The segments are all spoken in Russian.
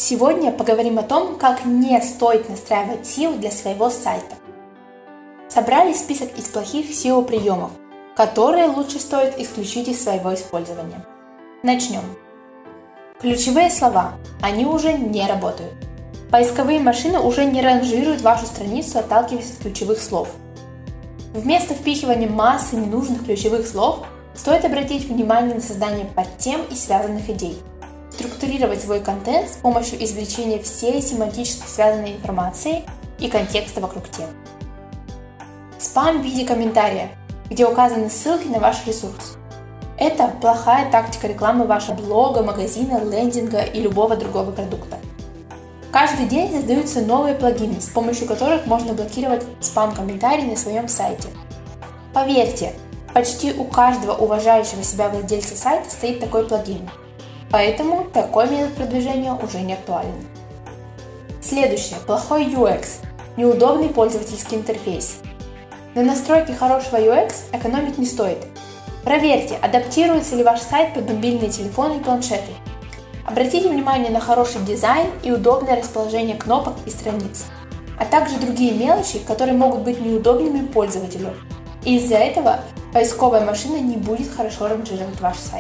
Сегодня поговорим о том, как не стоит настраивать SEO для своего сайта. Собрали список из плохих SEO-приемов, которые лучше стоит исключить из своего использования. Начнем. Ключевые слова. Они уже не работают. Поисковые машины уже не ранжируют вашу страницу, отталкиваясь от ключевых слов. Вместо впихивания массы ненужных ключевых слов стоит обратить внимание на создание подтем и связанных идей. Структурировать свой контент с помощью извлечения всей семантически связанной информации и контекста вокруг тем. Спам в виде комментария, где указаны ссылки на ваш ресурс. Это плохая тактика рекламы вашего блога, магазина, лендинга и любого другого продукта. Каждый день создаются новые плагины, с помощью которых можно блокировать спам-комментарии на своем сайте. Поверьте, почти у каждого уважающего себя владельца сайта стоит такой плагин. Поэтому такой метод продвижения уже не актуален. Следующее. Плохой UX. Неудобный пользовательский интерфейс. На настройке хорошего UX экономить не стоит. Проверьте, адаптируется ли ваш сайт под мобильные телефоны и планшеты. Обратите внимание на хороший дизайн и удобное расположение кнопок и страниц, а также другие мелочи, которые могут быть неудобными пользователю. И из-за этого поисковая машина не будет хорошо ранжировать ваш сайт.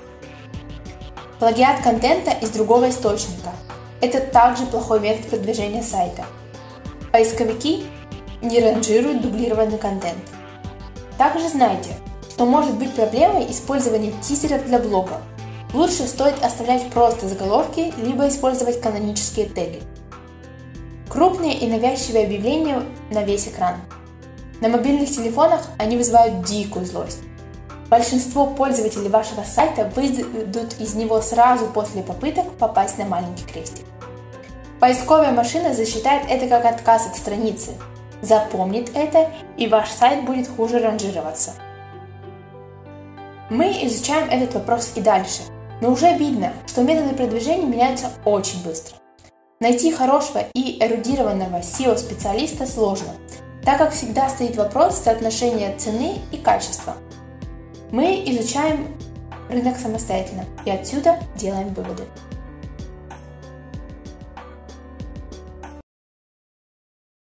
Плагиат контента из другого источника. Это также плохой метод продвижения сайта. Поисковики не ранжируют дублированный контент. Также знайте, что может быть проблемой использования тизеров для блога. Лучше стоит оставлять просто заголовки, либо использовать канонические теги. Крупные и навязчивые объявления на весь экран. На мобильных телефонах они вызывают дикую злость. Большинство пользователей вашего сайта выйдут из него сразу после попыток попасть на маленький крестик. Поисковая машина засчитает это как отказ от страницы, запомнит это, и ваш сайт будет хуже ранжироваться. Мы изучаем этот вопрос и дальше, но уже видно, что методы продвижения меняются очень быстро. Найти хорошего и эрудированного SEO-специалиста сложно, так как всегда стоит вопрос соотношения цены и качества. Мы изучаем рынок самостоятельно и отсюда делаем выводы.